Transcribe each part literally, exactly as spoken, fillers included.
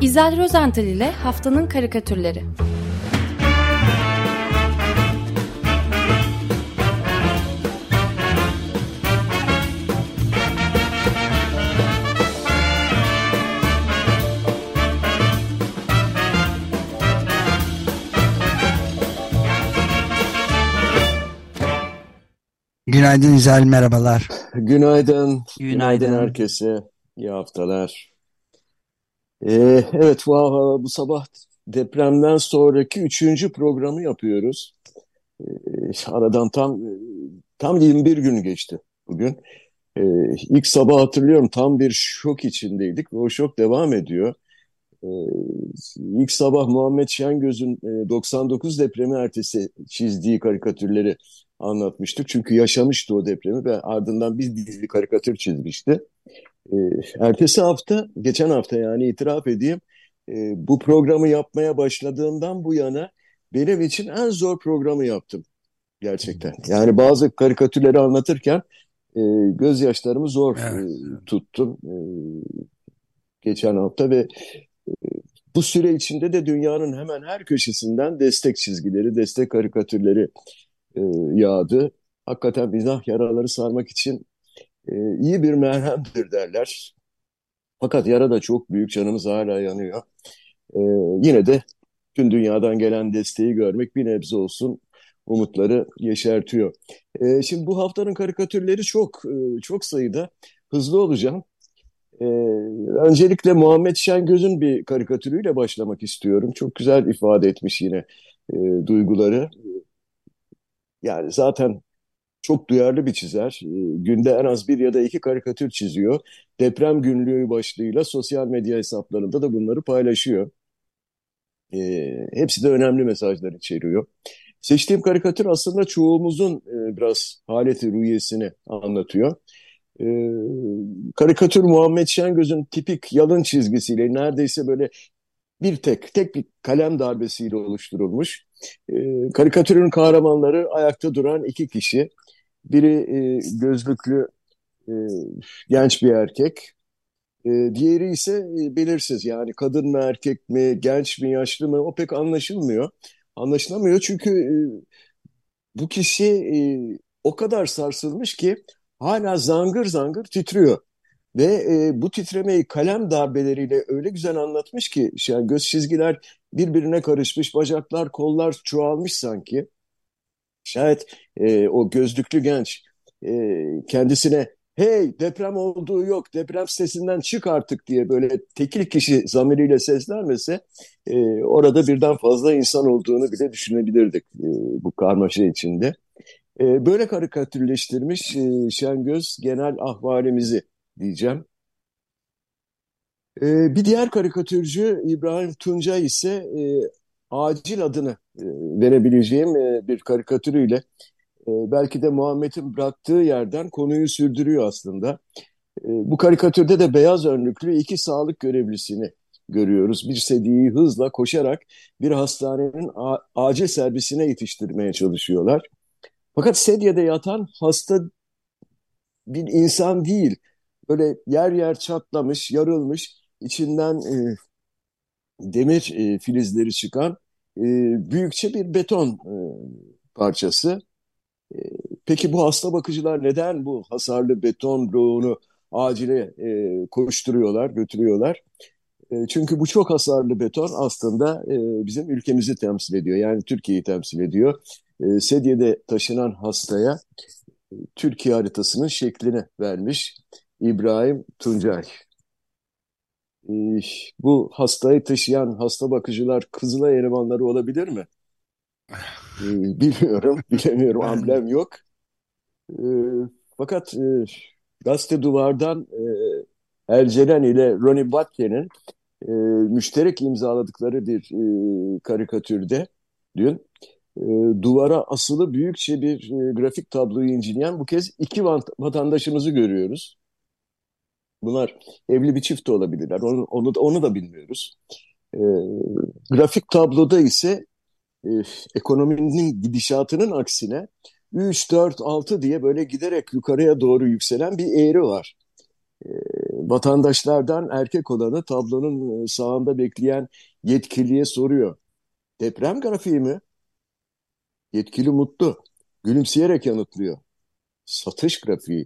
İzel Rozental ile Haftanın Karikatürleri. Günaydın İzel, merhabalar. Günaydın. Günaydın Günaydın. herkese. İyi haftalar. Ee, evet bu, bu sabah depremden sonraki üçüncü programı yapıyoruz. Ee, aradan tam tam yirmi bir gün geçti bugün. Ee, ilk sabah hatırlıyorum, tam bir şok içindeydik ve o şok devam ediyor. Ee, ilk sabah Muhammed Şengöz'ün e, doksan dokuz depremi ertesi çizdiği karikatürleri anlatmıştık. Çünkü yaşamıştı o depremi ve ardından bir dizi karikatür çizmişti. Ee, ertesi hafta, geçen hafta yani itiraf edeyim, e, bu programı yapmaya başladığımdan bu yana benim için en zor programı yaptım gerçekten. Yani bazı karikatürleri anlatırken e, gözyaşlarımı zor Evet. e, tuttum e, geçen hafta ve bu süre içinde de dünyanın hemen her köşesinden destek çizgileri, destek karikatürleri e, yağdı. Hakikaten mizah yaraları sarmak için e, iyi bir merhemdir derler. Fakat yara da çok büyük, canımız hala yanıyor. E, yine de tüm dünyadan gelen desteği görmek bir nebze olsun umutları yeşertiyor. E, şimdi bu haftanın karikatürleri çok e, çok sayıda. Hızlı olacağım. Ee, öncelikle Muhammed Şengöz'ün bir karikatürüyle başlamak istiyorum. Çok güzel ifade etmiş yine e, duyguları. Yani zaten çok duyarlı bir çizer. E, günde en az bir ya da iki karikatür çiziyor. Deprem günlüğü başlığıyla sosyal medya hesaplarında da bunları paylaşıyor. E, hepsi de önemli mesajlar içeriyor. Seçtiğim karikatür aslında çoğumuzun e, biraz haleti ruhiyesini anlatıyor. Ee, karikatür Muhammed Şengöz'ün tipik yalın çizgisiyle neredeyse böyle bir tek tek bir kalem darbesiyle oluşturulmuş. Ee, karikatürün kahramanları ayakta duran iki kişi. Biri e, gözlüklü e, genç bir erkek. E, diğeri ise e, belirsiz, yani kadın mı erkek mi, genç mi yaşlı mı, o pek anlaşılmıyor. Anlaşılamıyor çünkü e, bu kişi e, o kadar sarsılmış ki hala zangır zangır titriyor. Ve e, bu titremeyi kalem darbeleriyle öyle güzel anlatmış ki, yani göz çizgiler birbirine karışmış, bacaklar, kollar çoğalmış sanki. Şayet e, o gözlüklü genç e, kendisine "Hey, deprem olduğu yok, deprem sitesinden çık artık" diye böyle tekil kişi zamiriyle seslenmese e, orada birden fazla insan olduğunu bile düşünebilirdik e, bu karmaşa içinde. E, böyle karikatürleştirmiş e, Şengöz genel ahvalimizi diyeceğim. E, bir diğer karikatürcü İbrahim Tuncay ise e, acil adını e, verebileceğim e, bir karikatürüyle e, belki de Muhammed'in bıraktığı yerden konuyu sürdürüyor aslında. E, bu karikatürde de beyaz önlüklü iki sağlık görevlisini görüyoruz. Bir sedyeyi hızla koşarak bir hastanenin a- acil servisine yetiştirmeye çalışıyorlar. Fakat sedyede yatan hasta bir insan değil. Böyle yer yer çatlamış, yarılmış, içinden e, demir e, filizleri çıkan e, büyükçe bir beton e, parçası. E, peki bu hasta bakıcılar neden bu hasarlı beton bloğunu acile e, koşturuyorlar, götürüyorlar? E, çünkü bu çok hasarlı beton aslında e, bizim ülkemizi temsil ediyor. Yani Türkiye'yi temsil ediyor. E, sedyede taşınan hastaya Türkiye haritasının şeklini vermiş İbrahim Tuncay. Ee, bu hastayı taşıyan hasta bakıcılar Kızılay elemanları olabilir mi? Ee, bilmiyorum, bilemiyorum, Ben amblem yok. Ee, fakat e, Gazete Duvar'dan e, Ercelen ile Ronnie Batke'nin e, müşterek imzaladıkları bir e, karikatürde dün e, duvara asılı büyükçe bir e, grafik tabloyu inceleyen bu kez iki vant- vatandaşımızı görüyoruz. Bunlar evli bir çift de olabilirler. Onu, onu, da, onu da bilmiyoruz. E, grafik tabloda ise e, ekonominin gidişatının aksine üç, dört, altı diye böyle giderek yukarıya doğru yükselen bir eğri var. E, vatandaşlardan erkek olanı tablonun e, sağında bekleyen yetkiliye soruyor. Deprem grafiği mi? Yetkili mutlu. Gülümseyerek yanıtlıyor. Satış grafiği.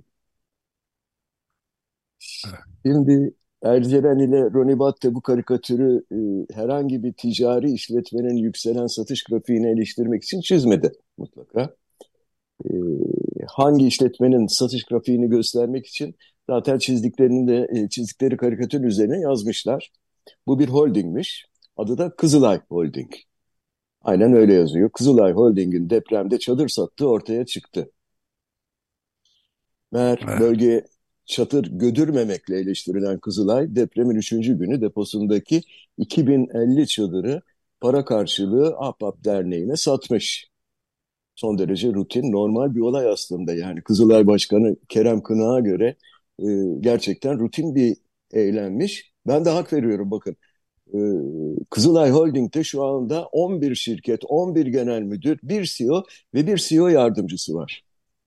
Evet. Şimdi Ercelen ile Roni Batte bu karikatürü e, herhangi bir ticari işletmenin yükselen satış grafiğini eleştirmek için çizmedi mutlaka. E, Hangi işletmenin satış grafiğini göstermek için zaten çizdiklerini de e, çizdikleri karikatürün üzerine yazmışlar. Bu bir holdingmiş. Adı da Kızılay Holding. Aynen öyle yazıyor. Kızılay Holding'in depremde çadır sattığı ortaya çıktı. Meğer Evet. bölgeye çadır götürmemekle eleştirilen Kızılay, depremin üçüncü günü deposundaki iki bin elli çadırı para karşılığı Ahbap Derneği'ne satmış. Son derece rutin, normal bir olay aslında. Yani Kızılay Başkanı Kerem Kınak'a göre e, gerçekten rutin bir eylemmiş. Ben de hak veriyorum bakın. E, Kızılay Holding'de şu anda on bir şirket, on bir genel müdür, bir C E O ve bir C E O yardımcısı var.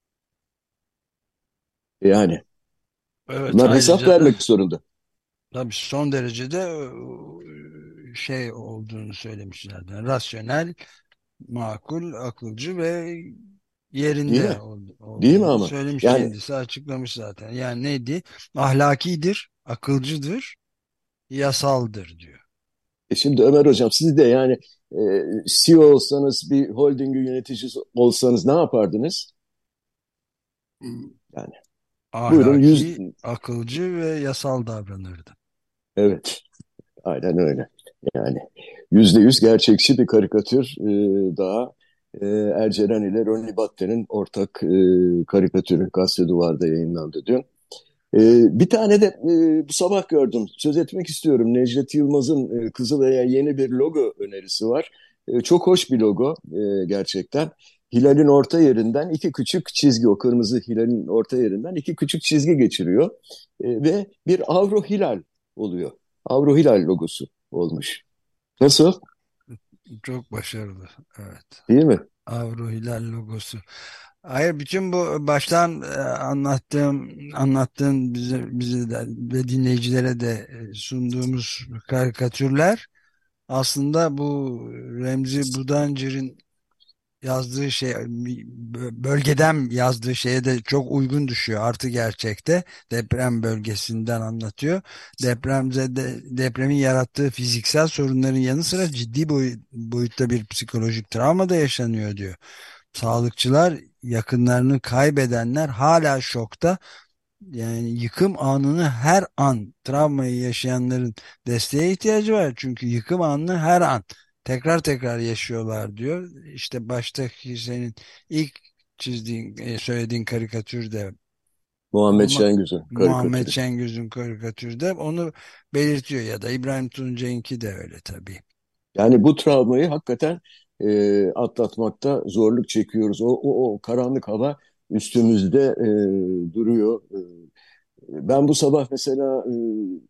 Yani Evet, bunlar hesap ayrıca da vermek zorunda. tabii son derecede e, şey olduğunu söylemişlerdi. Rasyonel, makul, akılcı ve Değil yerinde mi? ol- Değil mi olduğunu ama? söylemiş, Yani kendisi açıklamış zaten. Yani neydi? Ahlakidir, akılcıdır, yasaldır diyor. e şimdi Ömer Hocam siz de yani e, C E O olsanız bir holdingin yöneticisi olsanız ne yapardınız? Yani buyurun yüz Ahlaki, akılcı ve yasal davranırdı. evet aynen öyle. Yani yüzde yüz gerçekçi bir karikatür e, daha e, Erceren ile Ronnie Batten'in ortak e, karikatürü Gazete Duvar'da yayınlandı dün. E, bir tane de e, bu sabah gördüm. Söz etmek istiyorum. Necdet Yılmaz'ın e, Kızılay'a yeni bir logo önerisi var. E, çok hoş bir logo e, gerçekten. Hilal'in orta yerinden iki küçük çizgi, o kırmızı hilalin orta yerinden iki küçük çizgi geçiriyor. E, ve bir Avro Hilal oluyor. Avro Hilal logosu olmuş. Nasıl? Çok başarılı. Evet. Değil mi? Avro Hilal logosu. Hayır, bütün bu baştan e, anlattığım, anlattığın bize, bize de, ve dinleyicilere de e, sunduğumuz karikatürler aslında bu Remzi Budancır'ın yazdığı şey, bölgeden yazdığı şeye de çok uygun düşüyor. Artı gerçekte deprem bölgesinden anlatıyor. Depremzede depremin yarattığı fiziksel sorunların yanı sıra ciddi boy, boyutta bir psikolojik travma da yaşanıyor diyor. Sağlıkçılar, yakınlarını kaybedenler hala şokta. Yani yıkım anını her an, travmayı yaşayanların desteğe ihtiyacı var. Çünkü yıkım anını her an tekrar tekrar yaşıyorlar diyor. İşte baştaki senin ilk çizdiğin, e, söylediğin karikatürde Muhammed olmak, Şengöz'ün Muhammed karikatürü. Şengöz'ün karikatürde onu belirtiyor, ya da İbrahim Tuncay'ınki de öyle tabii. Yani bu travmayı hakikaten e, atlatmakta zorluk çekiyoruz. O, o, o karanlık hava üstümüzde e, duruyor. E, ben bu sabah mesela e,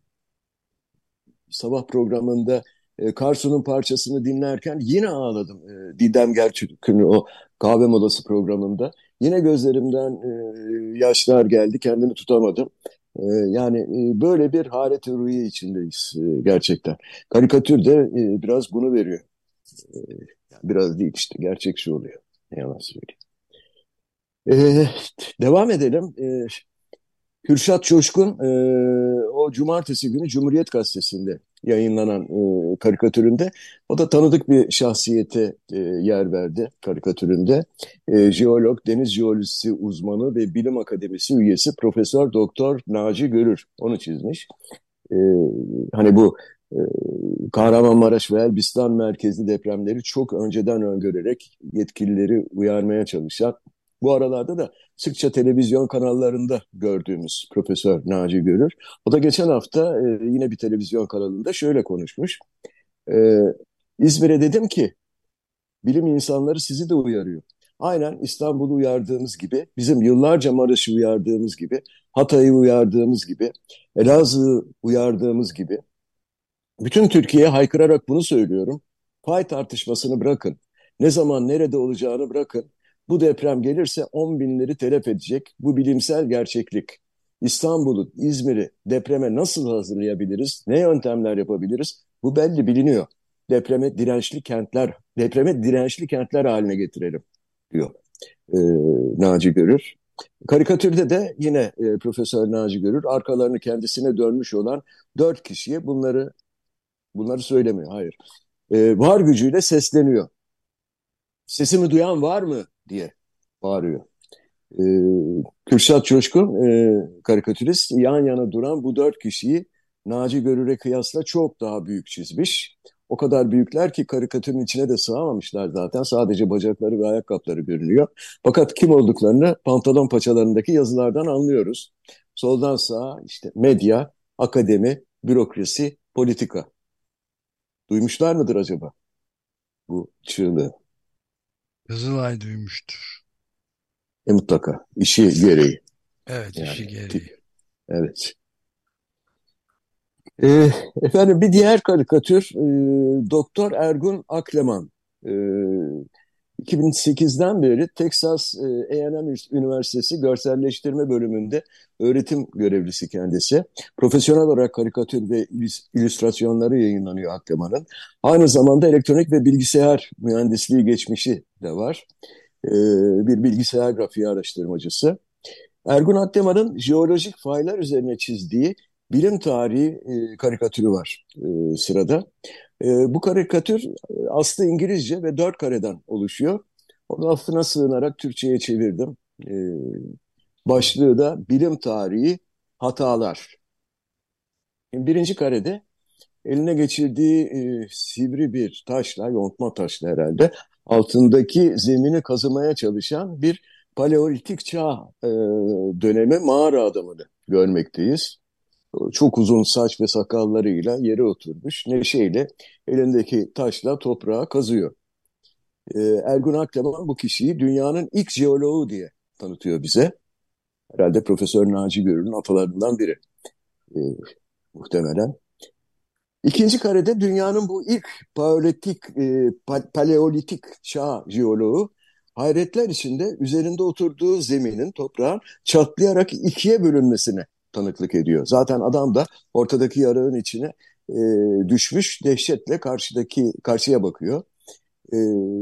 sabah programında e, Karsu'nun parçasını dinlerken yine ağladım. E, Didem Gerçek'ün o kahve molası programında. Yine gözlerimden e, yaşlar geldi, kendimi tutamadım. E, yani e, böyle bir halet-i ruhiye içindeyiz e, gerçekten. Karikatür de e, biraz bunu veriyor. E, Biraz değil işte gerçekçi oluyor. Ne yalan söyleyeyim. E, Devam edelim. E, Kürşat Coşkun e, o cumartesi günü Cumhuriyet Gazetesi'nde yayınlanan e, karikatüründe o da tanıdık bir şahsiyete e, yer verdi karikatüründe. E, jeolog, deniz jeolojisi uzmanı ve Bilim Akademisi üyesi Profesör Doktor Naci Görür onu çizmiş. E, Hani bu e, Kahramanmaraş ve Elbistan merkezli depremleri çok önceden öngörerek yetkilileri uyarmaya çalışan, bu aralarda da sıkça televizyon kanallarında gördüğümüz Profesör Naci Görür. O da geçen hafta e, yine bir televizyon kanalında şöyle konuşmuş. E, İzmir'e dedim ki bilim insanları sizi de uyarıyor. Aynen İstanbul'u uyardığımız gibi, bizim yıllarca Maraş'ı uyardığımız gibi, Hatay'ı uyardığımız gibi, Elazığ'ı uyardığımız gibi bütün Türkiye'ye haykırarak bunu söylüyorum. Pay tartışmasını bırakın. Ne zaman nerede olacağını bırakın. Bu deprem gelirse on binleri telef edecek. Bu bilimsel gerçeklik. İstanbul'u, İzmir'i depreme nasıl hazırlayabiliriz? Ne yöntemler yapabiliriz? Bu belli biliniyor. Depreme dirençli kentler, depreme dirençli kentler haline getirelim diyor e, Naci Görür. Karikatürde de yine e, Profesör Naci Görür arkalarını kendisine dönmüş olan dört kişiye bunları bunları söylemiyor. Hayır. E, var gücüyle sesleniyor. Sesimi duyan var mı diye bağırıyor. E, Kürşat Coşkun, e, karikatürist, yan yana duran bu dört kişiyi Naci Görür'e kıyasla çok daha büyük çizmiş. O kadar büyükler ki karikatürün içine de sığamamışlar zaten. Sadece bacakları ve ayakkabıları görünüyor. Fakat kim olduklarını pantolon paçalarındaki yazılardan anlıyoruz. Soldan sağa işte medya, akademi, bürokrasi, politika. Duymuşlar mıdır acaba bu çığlığı? Kızılay duymuştur. E mutlaka işi gereği. Evet, işi Yani gereği. tip. Evet. Ee, efendim bir diğer karikatür e, Doktor Ergun Akleman. E, iki bin sekizden beri Texas e, A and M Üniversitesi Görselleştirme Bölümünde öğretim görevlisi kendisi. Profesyonel olarak karikatür ve illüstrasyonları yayınlanıyor Akleman'ın. Aynı zamanda elektronik ve bilgisayar mühendisliği geçmişi de var. E, bir bilgisayar grafiği araştırmacısı. Ergun Akdemar'ın jeolojik faylar üzerine çizdiği bilim tarihi e, karikatürü var e, sırada. E, bu karikatür e, aslı İngilizce ve dört kareden oluşuyor. Onu aslına sığınarak Türkçe'ye çevirdim. E, başlığı da bilim tarihi hatalar. Şimdi birinci karede eline geçirdiği e, sivri bir taşla, yontma taşla herhalde, altındaki zemini kazımaya çalışan bir paleolitik çağ e, dönemi mağara adamını görmekteyiz. Çok uzun saç ve sakallarıyla yere oturmuş, neşeyle elindeki taşla toprağa kazıyor. E, Ergun Akleman bu kişiyi dünyanın ilk jeoloğu diye tanıtıyor bize. Herhalde Profesör Naci Görür'ün atalarından biri e, muhtemelen. İkinci karede dünyanın bu ilk paleolitik, e, paleolitik çağ jeoloğu hayretler içinde üzerinde oturduğu zeminin, toprağın çatlayarak ikiye bölünmesine tanıklık ediyor. Zaten adam da ortadaki yarığın içine e, düşmüş, dehşetle karşıdaki karşıya bakıyor. E,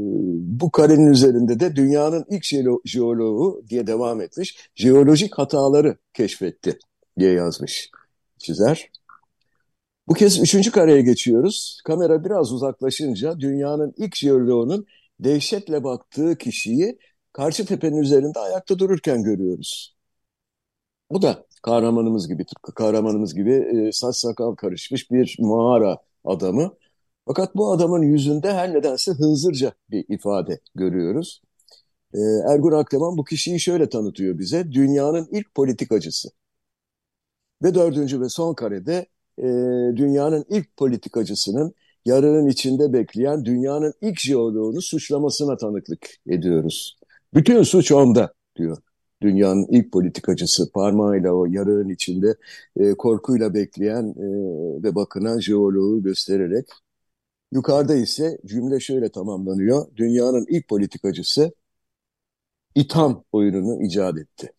bu karenin üzerinde de dünyanın ilk jeoloğu diye devam etmiş, jeolojik hataları keşfetti diye yazmış çizer. Bu kez üçüncü kareye geçiyoruz. Kamera biraz uzaklaşınca dünyanın ilk jeoloğunun dehşetle baktığı kişiyi karşı tepenin üzerinde ayakta dururken görüyoruz. Bu da kahramanımız gibi, tıpkı kahramanımız gibi e, saç sakal karışmış bir mağara adamı. Fakat bu adamın yüzünde her nedense hınzırca bir ifade görüyoruz. E, Ergun Akleman bu kişiyi şöyle tanıtıyor bize: dünyanın ilk politikacısı. Ve dördüncü ve son karede e, dünyanın ilk politikacısının yarığın içinde bekleyen dünyanın ilk jeoloğunu suçlamasına tanıklık ediyoruz. Bütün suç onda diyor. Dünyanın ilk politikacısı parmağıyla o yarığın içinde e, korkuyla bekleyen e, ve bakınan jeoloğu göstererek. Yukarıda ise cümle şöyle tamamlanıyor: dünyanın ilk politikacısı itham oyununu icat etti.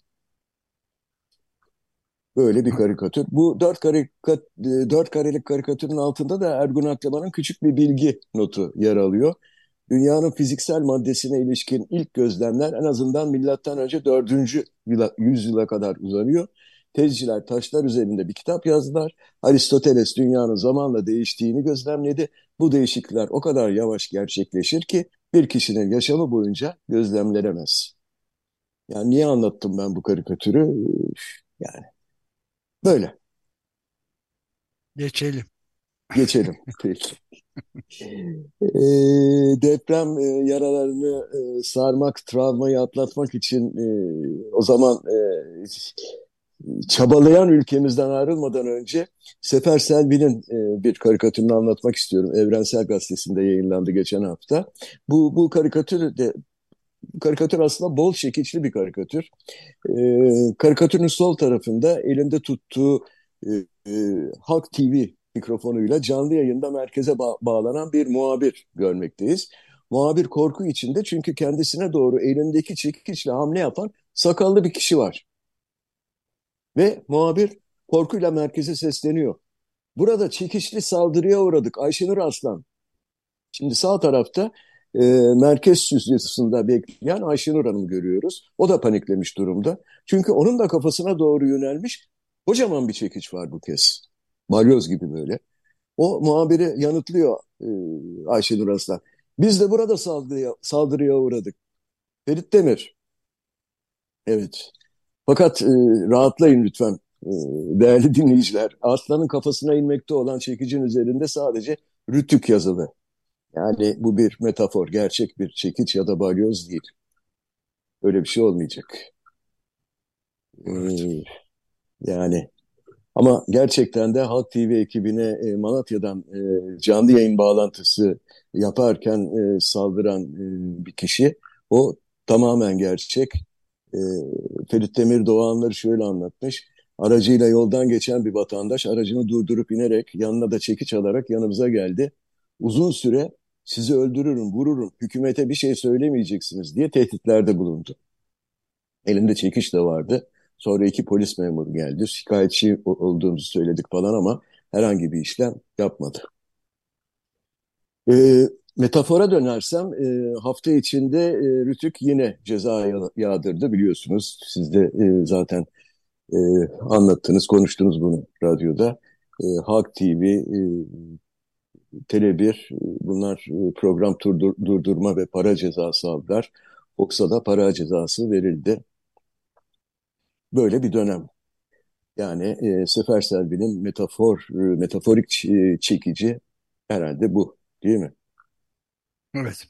Böyle bir karikatür. Bu dört, karikat, dört karelik karikatürün altında da Ergun Akleman'ın küçük bir bilgi notu yer alıyor. Dünyanın fiziksel maddesine ilişkin ilk gözlemler en azından milattan önce dördüncü yüzyıla kadar uzanıyor. Tezciler taşlar üzerinde bir kitap yazdılar. Aristoteles dünyanın zamanla değiştiğini gözlemledi. Bu değişiklikler o kadar yavaş gerçekleşir ki bir kişinin yaşamı boyunca gözlemlenemez. Yani niye anlattım ben bu karikatürü? Yani böyle. Geçelim. Geçelim. Peki. E, deprem e, yaralarını e, sarmak, travmayı atlatmak için e, o zaman e, çabalayan ülkemizden ayrılmadan önce Sefer Selvi'nin e, bir karikatürünü anlatmak istiyorum. Evrensel Gazetesi'nde yayınlandı geçen hafta. Bu, bu karikatür de bu karikatür aslında bol çekiçli bir karikatür. E, karikatürün sol tarafında elinde tuttuğu e, e, Halk T V mikrofonuyla canlı yayında merkeze ba- bağlanan bir muhabir görmekteyiz. Muhabir korku içinde çünkü kendisine doğru elindeki çekiçle hamle yapan sakallı bir kişi var. Ve muhabir korkuyla merkeze sesleniyor. Burada çekişli saldırıya uğradık Ayşenur Arslan. Şimdi sağ tarafta e, merkez stüdyosunda bekleyen Ayşenur Hanım'ı görüyoruz. O da paniklemiş durumda. Çünkü onun da kafasına doğru yönelmiş kocaman bir çekiç var bu kez. Balyoz gibi böyle. O muhabiri yanıtlıyor e, Ayşenur Arslan. Biz de burada saldırıya, saldırıya uğradık. Ferit Demir. Evet. Fakat e, rahatlayın lütfen e, değerli dinleyiciler. Arslan'ın kafasına inmekte olan çekicin üzerinde sadece Rütük yazılı. Yani bu bir metafor, gerçek bir çekiç ya da balyoz değil. Öyle bir şey olmayacak. Evet. Ee, yani ama gerçekten de Halk T V ekibine e, Malatya'dan e, canlı yayın bağlantısı yaparken e, saldıran e, bir kişi. O tamamen gerçek. E, Ferit Demir Doğanları şöyle anlatmış. Aracıyla yoldan geçen bir vatandaş aracını durdurup inerek yanına da çekiç alarak yanımıza geldi. Uzun süre sizi öldürürüm, vururum, hükümete bir şey söylemeyeceksiniz diye tehditlerde bulundu. Elimde çekiç de vardı. Sonra iki polis memuru geldi. Şikayetçi olduğumuzu söyledik falan ama herhangi bir işlem yapmadı. E, Metafora dönersem e, hafta içinde e, Rütük yine ceza yağdırdı biliyorsunuz. Siz de e, zaten e, anlattınız, konuştunuz bunu radyoda. E, Halk T V, e, Tele bir e, bunlar e, program turdur, durdurma ve para cezası aldılar. Fox'a da para cezası verildi. Böyle bir dönem. Yani e, Sefer Selvi'nin metafor, e, metaforik e, çekici herhalde bu, değil mi? Evet.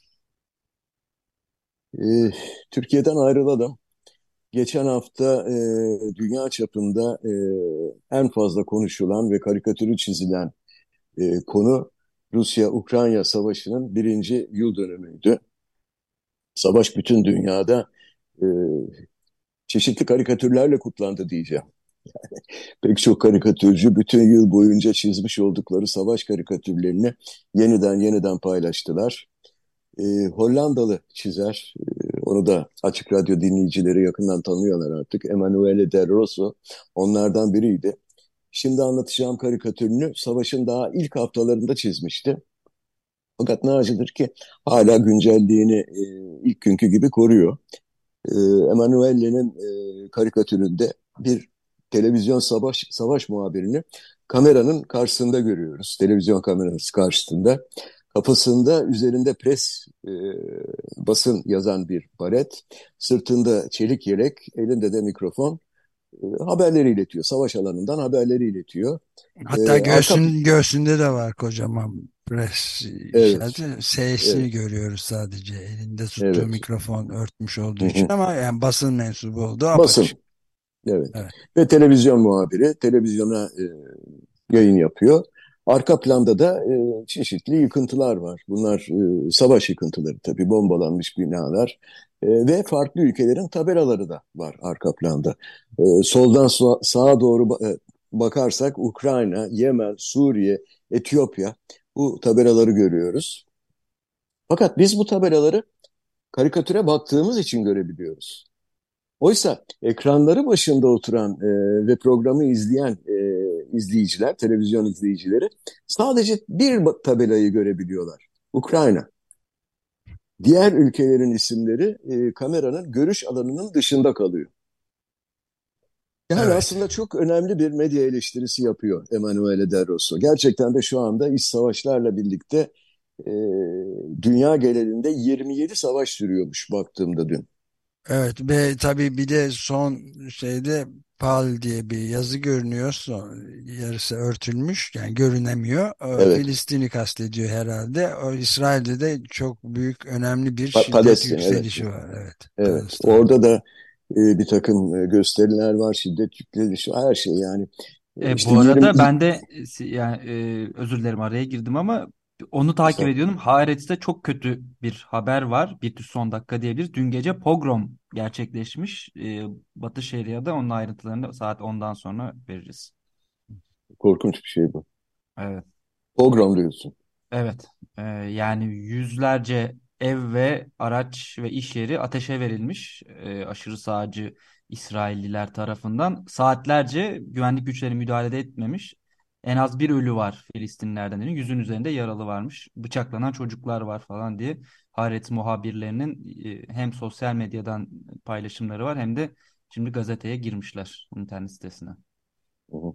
E, Türkiye'den ayrılalım. Geçen hafta e, dünya çapında e, en fazla konuşulan ve karikatürü çizilen e, konu Rusya-Ukrayna Savaşı'nın birinci yıl dönümüydü. Savaş bütün dünyada e, çeşitli karikatürlerle kutlandı diyeceğim. Pek çok karikatürcü bütün yıl boyunca çizmiş oldukları savaş karikatürlerini yeniden yeniden paylaştılar. E, Hollandalı çizer, e, onu da Açık Radyo dinleyicileri yakından tanıyorlar artık. Emanuele de Rosso onlardan biriydi. Şimdi anlatacağım karikatürünü savaşın daha ilk haftalarında çizmişti. Fakat ne acıdır ki hala güncelliğini e, ilk günkü gibi koruyor. E, Emanuele'nin e, karikatüründe bir televizyon savaş savaş muhabirini kameranın karşısında görüyoruz. Televizyon kamerası karşısında. Kafasında üzerinde pres e, basın yazan bir baret, sırtında çelik yelek, elinde de mikrofon e, haberleri iletiyor. Savaş alanından haberleri iletiyor. Hatta E, arka göğsün, göğsünde de var kocaman pres evet, işareti. S'sini evet, görüyoruz sadece. Elinde tuttuğu evet. mikrofon örtmüş Hı olduğu için hı. ama yani basın mensubu olduğu apaçık. Basın, evet. Evet. Ve televizyon muhabiri televizyona e, yayın yapıyor. Arka planda da e, çeşitli yıkıntılar var. Bunlar e, savaş yıkıntıları tabii, bombalanmış binalar. E, ve farklı ülkelerin tabelaları da var arka planda. E, soldan so- sağa doğru ba- e, bakarsak Ukrayna, Yemen, Suriye, Etiyopya bu tabelaları görüyoruz. Fakat biz bu tabelaları karikatüre baktığımız için görebiliyoruz. Oysa ekranları başında oturan e, ve programı izleyen e, izleyiciler, televizyon izleyicileri sadece bir tabelayı görebiliyorlar. Ukrayna. Diğer ülkelerin isimleri e, kameranın görüş alanının dışında kalıyor. Yani Evet. aslında çok önemli bir medya eleştirisi yapıyor Emanuele de Rosso. Gerçekten de şu anda iç savaşlarla birlikte e, dünya genelinde yirmi yedi savaş sürüyormuş baktığımda dün. Evet ve tabii bir de son şeyde Pal diye bir yazı görünüyor. Son, yarısı örtülmüş yani görünemiyor. Ee, Evet, Filistin'i kastediyor herhalde. O, İsrail'de de çok büyük önemli bir pa şiddet Palestin, evet. yükselişi var. Evet. Evet, Palestine. orada da e, bir takım e, gösteriler var, şiddet yüklenişi, her şey yani. E, E, işte bu yirmi arada ben de e, si- yani e, özür dilerim araya girdim ama onu takip mesela ediyordum. Haaretz'te çok kötü bir haber var. Bir son dakika diyebiliriz. Dün gece pogrom gerçekleşmiş. E, Batı Şeria'da onun ayrıntılarını saat ondan sonra veririz. korkunç bir şey bu. Evet. Pogrom diyorsun. Evet. E, yani yüzlerce ev ve araç ve iş yeri ateşe verilmiş. E, aşırı sağcı İsrailliler tarafından. Saatlerce güvenlik güçleri müdahale etmemiş. En az bir ölü var Filistinlilerden. Yüzün üzerinde yaralı varmış. Bıçaklanan çocuklar var falan diye Haaretz muhabirlerinin e, hem sosyal medyadan paylaşımları var hem de şimdi gazeteye girmişler internet sitesine. Hı hı.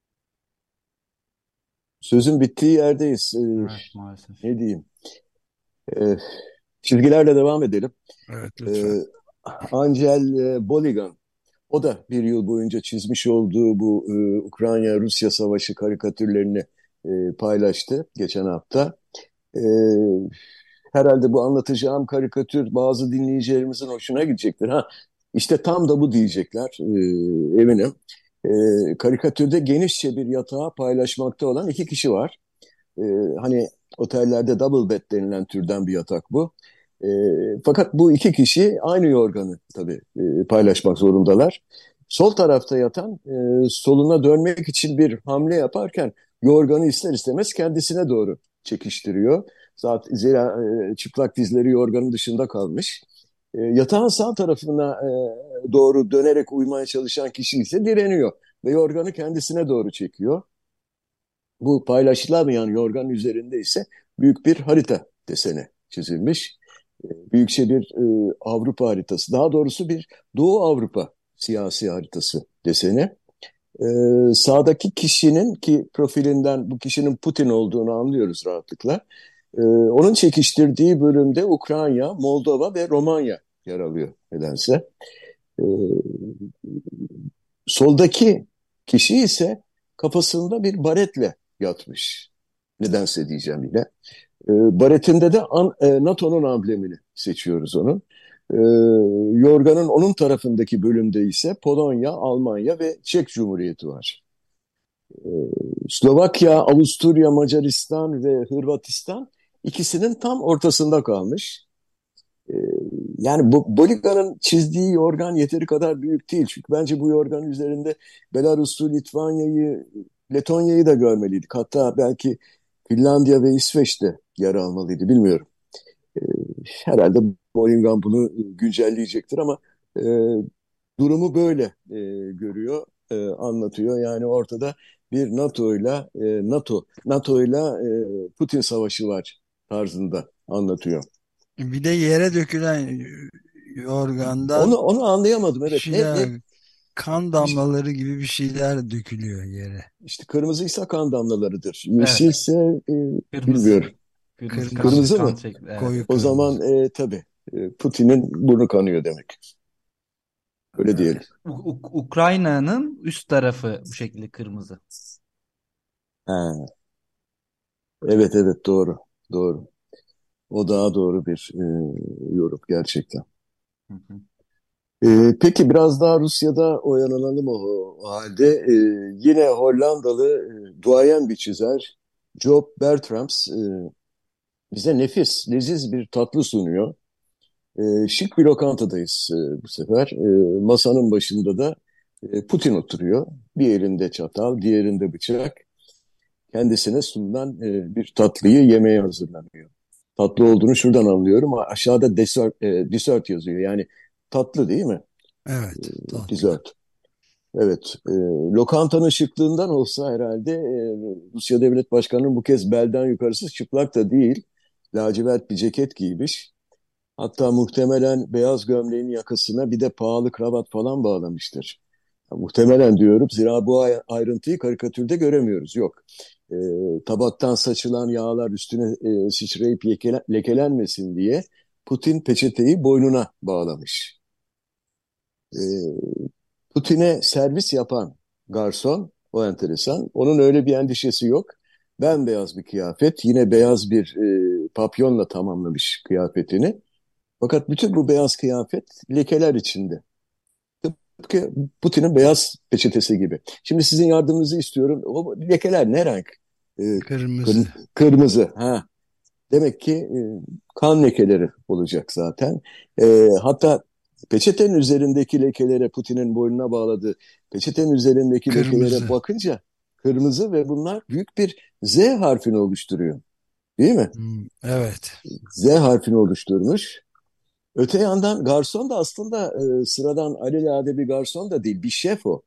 Sözün bittiği yerdeyiz. Ee, Evet, maalesef. ne diyeyim? Ee, çizgilerle devam edelim. Evet, Ee, lütfen. Angel e, Boligan, o da bir yıl boyunca çizmiş olduğu bu e, Ukrayna-Rusya savaşı karikatürlerini e, paylaştı geçen hafta. E, Herhalde bu anlatacağım karikatür bazı dinleyicilerimizin hoşuna gidecektir. Ha, işte tam da bu diyecekler, e, eminim. E, Karikatürde genişçe bir yatağı paylaşmakta olan iki kişi var. E, Hani otellerde double bed denilen türden bir yatak bu. E, Fakat bu iki kişi aynı yorganı tabii e, paylaşmak zorundalar. Sol tarafta yatan e, soluna dönmek için bir hamle yaparken yorganı ister istemez kendisine doğru çekiştiriyor. Zaten zira e, çıplak dizleri yorganın dışında kalmış. E, yatağın sağ tarafına e, doğru dönerek uyumaya çalışan kişi ise direniyor ve yorganı kendisine doğru çekiyor. Bu paylaşılamayan yorgan üzerinde ise büyük bir harita deseni çizilmiş. E, Büyükçe bir e, Avrupa haritası, daha doğrusu bir Doğu Avrupa siyasi haritası deseni. E, Sağdaki kişinin, ki profilinden bu kişinin Putin olduğunu anlıyoruz rahatlıkla. E, onun çekiştirdiği bölümde Ukrayna, Moldova ve Romanya yer alıyor nedense. E, Soldaki kişi ise kafasında bir baretle yatmış. Nedense diyeceğim yine. E, baretinde de an, e, NATO'nun amblemini seçiyoruz onun. E, Yorganın onun tarafındaki bölümde ise Polonya, Almanya ve Çek Cumhuriyeti var. E, Slovakya, Avusturya, Macaristan ve Hırvatistan ikisinin tam ortasında kalmış. E, Yani bu Boliga'nın çizdiği yorgan yeteri kadar büyük değil. Çünkü bence bu yorgan üzerinde Belarus'u, Litvanya'yı, Letonya'yı da görmeliydik. Hatta belki Finlandiya ve İsveç de yer almalıydı. Bilmiyorum. E, Herhalde Bolingan bunu güncelleyecektir ama e, durumu böyle e, görüyor, e, anlatıyor. Yani ortada bir NATO'yla e, NATO NATO'yla e, Putin savaşı var tarzında anlatıyor. Bir de yere dökülen Onu yorgandan onu anlayamadım. bir Evet. Ne ne şeyler, kan damlaları gibi bir şeyler dökülüyor yere. işte kırmızıysa kan damlalarıdır. Evet. Yeşilse e, Kırmızı. bilmiyorum. Kırmızı kan, Kırmızı, Kırmızı kan mı? şekli. Evet. koyu O kırmızı. zaman e, tabii e, Putin'in burnu kanıyor demek. Öyle diyelim. Evet. U- U- Ukrayna'nın üst tarafı bu şekilde kırmızı. Ha, evet evet doğru. Doğru. O daha doğru bir e, yorum gerçekten. Hı hı. E, peki biraz daha Rusya'da oyalanalım o, o halde. E, yine Hollandalı e, duayen bir çizer Job Bertrams e, bize nefis, leziz bir tatlı sunuyor. E, şık bir lokantadayız e, bu sefer. E, masanın başında da e, Putin oturuyor. Bir elinde çatal, diğerinde bıçak. Kendisine sunulan e, bir tatlıyı yemeye hazırlanıyor. Tatlı olduğunu şuradan anlıyorum. Aşağıda dessert, e, dessert yazıyor. Yani tatlı değil mi? Evet, tatlı. Dessert. Evet. E, lokantanın şıklığından olsa herhalde e, Rusya Devlet Başkanı'nın bu kez belden yukarısı çıplak da değil. Lacivert bir ceket giymiş. Hatta muhtemelen beyaz gömleğin yakasına bir de pahalı kravat falan bağlamıştır. Ya, muhtemelen diyorum zira bu ay- ayrıntıyı karikatürde göremiyoruz. Yok. Ee, Tabaktan saçılan yağlar üstüne e, sıçrayıp lekele- lekelenmesin diye Putin peçeteyi boynuna bağlamış. Ee, Putin'e servis yapan garson, o enteresan. Onun öyle bir endişesi yok. Bembeyaz bir kıyafet, yine beyaz bir e, papyonla tamamlamış kıyafetini. Fakat bütün bu beyaz kıyafet lekeler içinde. Tıpkı Putin'in beyaz peçetesi gibi. Şimdi sizin yardımınızı istiyorum. O lekeler ne renk? Ee, Kırmızı. kır- Kırmızı. Ha. Demek ki e, kan lekeleri olacak zaten. Ee, hatta peçetenin üzerindeki lekelere, Putin'in boynuna bağladığı peçetenin üzerindeki lekelere Kırmızı. bakınca kırmızı ve bunlar büyük bir Z harfini oluşturuyor. Değil mi? Hmm, evet. Z harfini oluşturmuş. Öte yandan garson da aslında e, sıradan alelade bir garson da değil, bir şef o.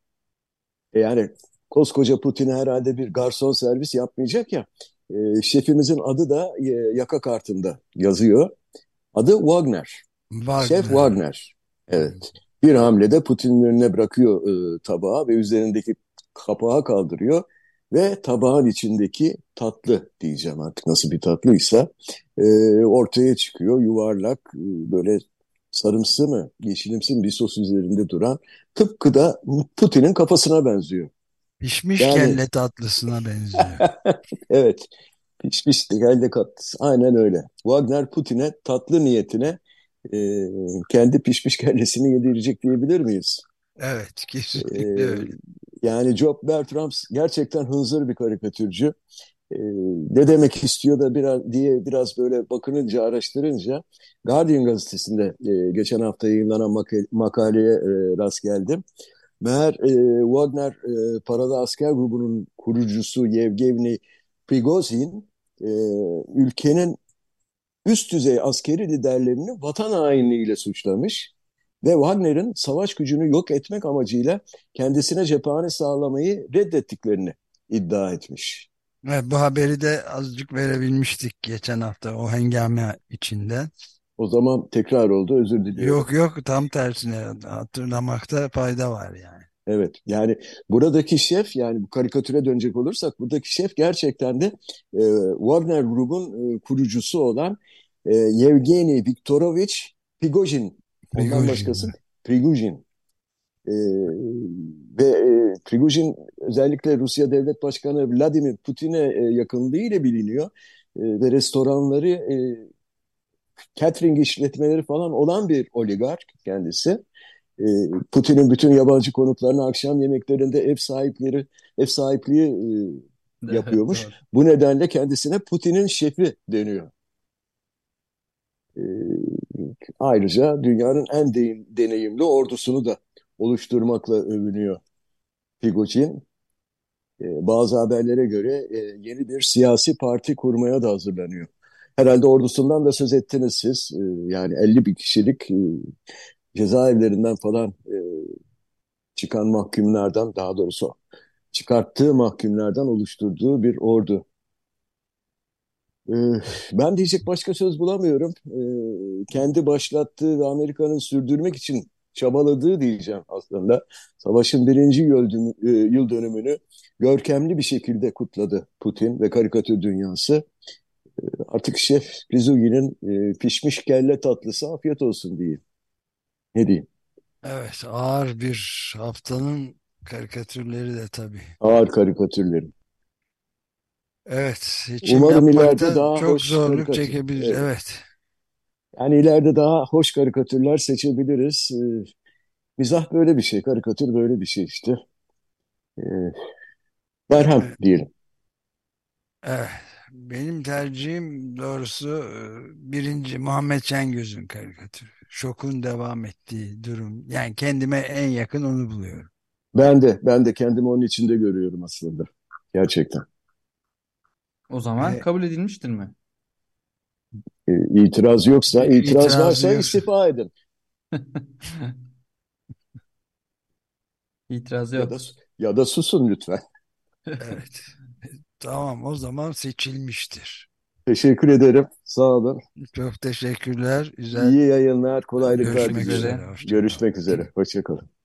E yani koskoca Putin herhalde bir garson servis yapmayacak ya. E, şefimizin adı da e, yaka kartında yazıyor. Adı Wagner. Şef Wagner. Wagner. Evet. Bir hamlede Putin'in önüne bırakıyor e, tabağı ve üzerindeki kapağı kaldırıyor. Ve tabağın içindeki tatlı diyeceğim artık nasıl bir tatlıysa e, ortaya çıkıyor. Yuvarlak e, böyle sarımsı mı yeşilimsi mi bir sos üzerinde duran tıpkı da Putin'in kafasına benziyor. Pişmiş Yani kelle tatlısına benziyor. evet pişmiş elde katlısı aynen öyle. Wagner Putin'e tatlı niyetine e, kendi pişmiş kellesini yedirecek diyebilir miyiz? Evet, E, kesinlikle öyle. Yani Job Bertrams gerçekten hınzır bir karikatürcü. E, Ne demek istiyor da biraz diye biraz böyle bakınınca araştırınca Guardian gazetesinde e, geçen hafta yayınlanan maka- makaleye e, rast geldim. Meğer e, Wagner e, paralı asker grubunun kurucusu Yevgeny Prigozhin e, ülkenin üst düzey askeri liderlerini vatan hainliğiyle suçlamış ve Wagner'in savaş gücünü yok etmek amacıyla kendisine cephane sağlamayı reddettiklerini iddia etmiş. Evet, bu haberi de azıcık verebilmiştik geçen hafta o hengame içinde. O zaman tekrar oldu, özür diliyorum. Yok yok, tam tersine hatırlamakta fayda var yani. Evet, yani buradaki şef, yani bu karikatüre dönecek olursak buradaki şef gerçekten de e, Wagner grubun e, kurucusu olan e, Yevgeny Viktorovich Prigozhin. Ondan Prigojin. başkası Prigozhin. E, Ve e, Prigozhin özellikle Rusya Devlet Başkanı Vladimir Putin'e e, yakınlığıyla biliniyor. E, ve restoranları, e, catering işletmeleri falan olan bir oligark kendisi. E, Putin'in bütün yabancı konuklarına akşam yemeklerinde ev sahipleri ev sahipliği e, Evet, yapıyormuş. doğru. Bu nedenle kendisine Putin'in şefi deniyor. E, Ayrıca dünyanın en de- deneyimli ordusunu da oluşturmakla övünüyor Prigozhin. E, bazı haberlere göre e, yeni bir siyasi parti kurmaya da hazırlanıyor. Herhalde ordusundan da söz ettiniz siz. E, yani elli bin kişilik e, cezaevlerinden falan e, çıkan mahkumlardan, daha doğrusu çıkarttığı mahkumlardan oluşturduğu bir ordu. E, Ben diyecek başka söz bulamıyorum. E, kendi başlattığı ve Amerika'nın sürdürmek için çabaladığı diyeceğim aslında. Savaşın birinci yıl, dönü- e, yıl dönümünü görkemli bir şekilde kutladı Putin ve karikatür dünyası. Artık Şef Rizugi'nin e, pişmiş kelle tatlısı afiyet olsun diyeyim. Ne diyeyim? Evet, ağır bir haftanın karikatürleri de tabii. Ağır karikatürlerim. Evet, seçim Umarım ileride yapmakta daha çok hoş zorluk karikatür. çekebiliriz. Evet. Evet, Yani ileride daha hoş karikatürler seçebiliriz. E, mizah böyle bir şey, karikatür böyle bir şey işte. E, Merhem evet, diyelim. evet. Benim tercihim doğrusu e, birinci Muhammed Şengöz'ün karikatürü. Şokun devam ettiği durum. Yani kendime en yakın onu buluyorum. Ben de, ben de kendimi onun içinde görüyorum aslında. Gerçekten. O zaman Ve kabul edilmiştir mi? E, itiraz yoksa, itiraz itirazı varsa yoksa. istifa edin. İtiraz Ya da yok. ya da susun lütfen. Evet. Tamam, o zaman seçilmiştir. Teşekkür ederim. Sağ olun. Çok teşekkürler. Güzel. İyi yayınlar, kolaylıklar Görüşmek Görüşmek diliyorum. üzere. üzere. Hoşça kal. Görüşmek üzere. Hoşça kalın.